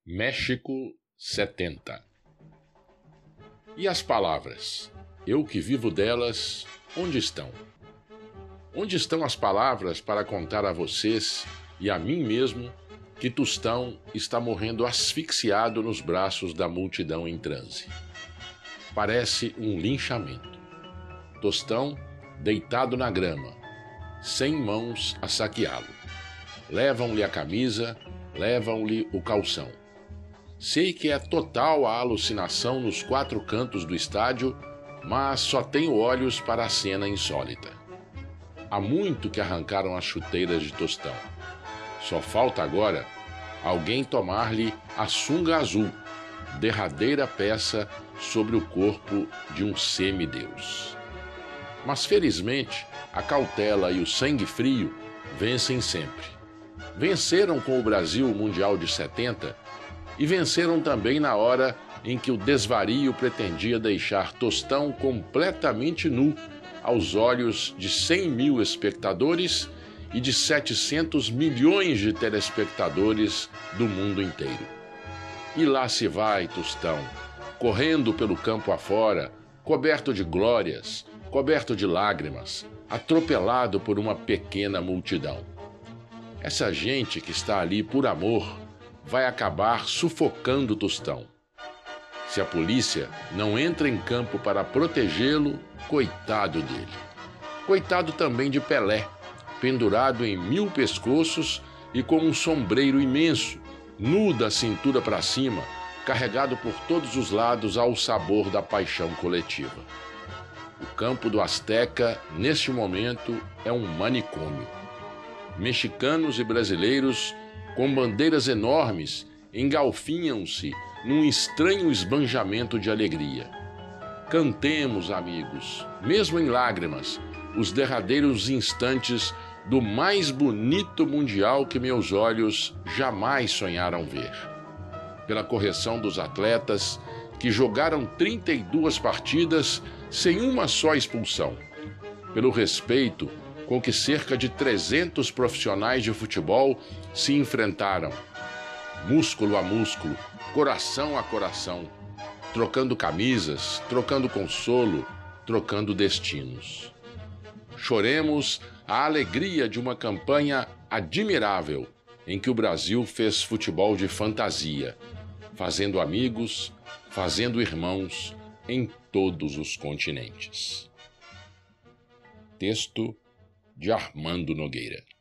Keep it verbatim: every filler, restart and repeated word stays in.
México setenta. E as palavras? Eu que vivo delas, onde estão? Onde estão as palavras para contar a vocês e a mim mesmo que Tostão está morrendo asfixiado nos braços da multidão em transe? Parece um linchamento. Tostão deitado na grama, sem mãos a saqueá-lo. Levam-lhe a camisa, levam-lhe o calção. Sei que é total a alucinação nos quatro cantos do estádio, mas só tenho olhos para a cena insólita. Há muito que arrancaram as chuteiras de Tostão. Só falta agora alguém tomar-lhe a sunga azul, derradeira peça sobre o corpo de um semideus. Mas felizmente a cautela e o sangue frio vencem sempre. Venceram com o Brasil o Mundial de setenta e venceram também na hora em que o desvario pretendia deixar Tostão completamente nu aos olhos de cem mil espectadores e de setecentos milhões de telespectadores do mundo inteiro. E lá se vai Tostão, correndo pelo campo afora, coberto de glórias, coberto de lágrimas, atropelado por uma pequena multidão. Essa gente que está ali por amor vai acabar sufocando Tostão. Se a polícia não entra em campo para protegê-lo, coitado dele. Coitado também de Pelé, pendurado em mil pescoços e com um sombreiro imenso, nu da cintura para cima, carregado por todos os lados ao sabor da paixão coletiva. O campo do Azteca, neste momento, é um manicômio. Mexicanos e brasileiros, com bandeiras enormes, engalfinham-se num estranho esbanjamento de alegria. Cantemos, amigos, mesmo em lágrimas, os derradeiros instantes do mais bonito mundial que meus olhos jamais sonharam ver. Pela correção dos atletas que jogaram trinta e duas partidas sem uma só expulsão. Pelo respeito com que cerca de trezentos profissionais de futebol se enfrentaram, músculo a músculo, coração a coração, trocando camisas, trocando consolo, trocando destinos. Choremos a alegria de uma campanha admirável em que o Brasil fez futebol de fantasia, fazendo amigos, fazendo irmãos em todos os continentes. Texto de Armando Nogueira.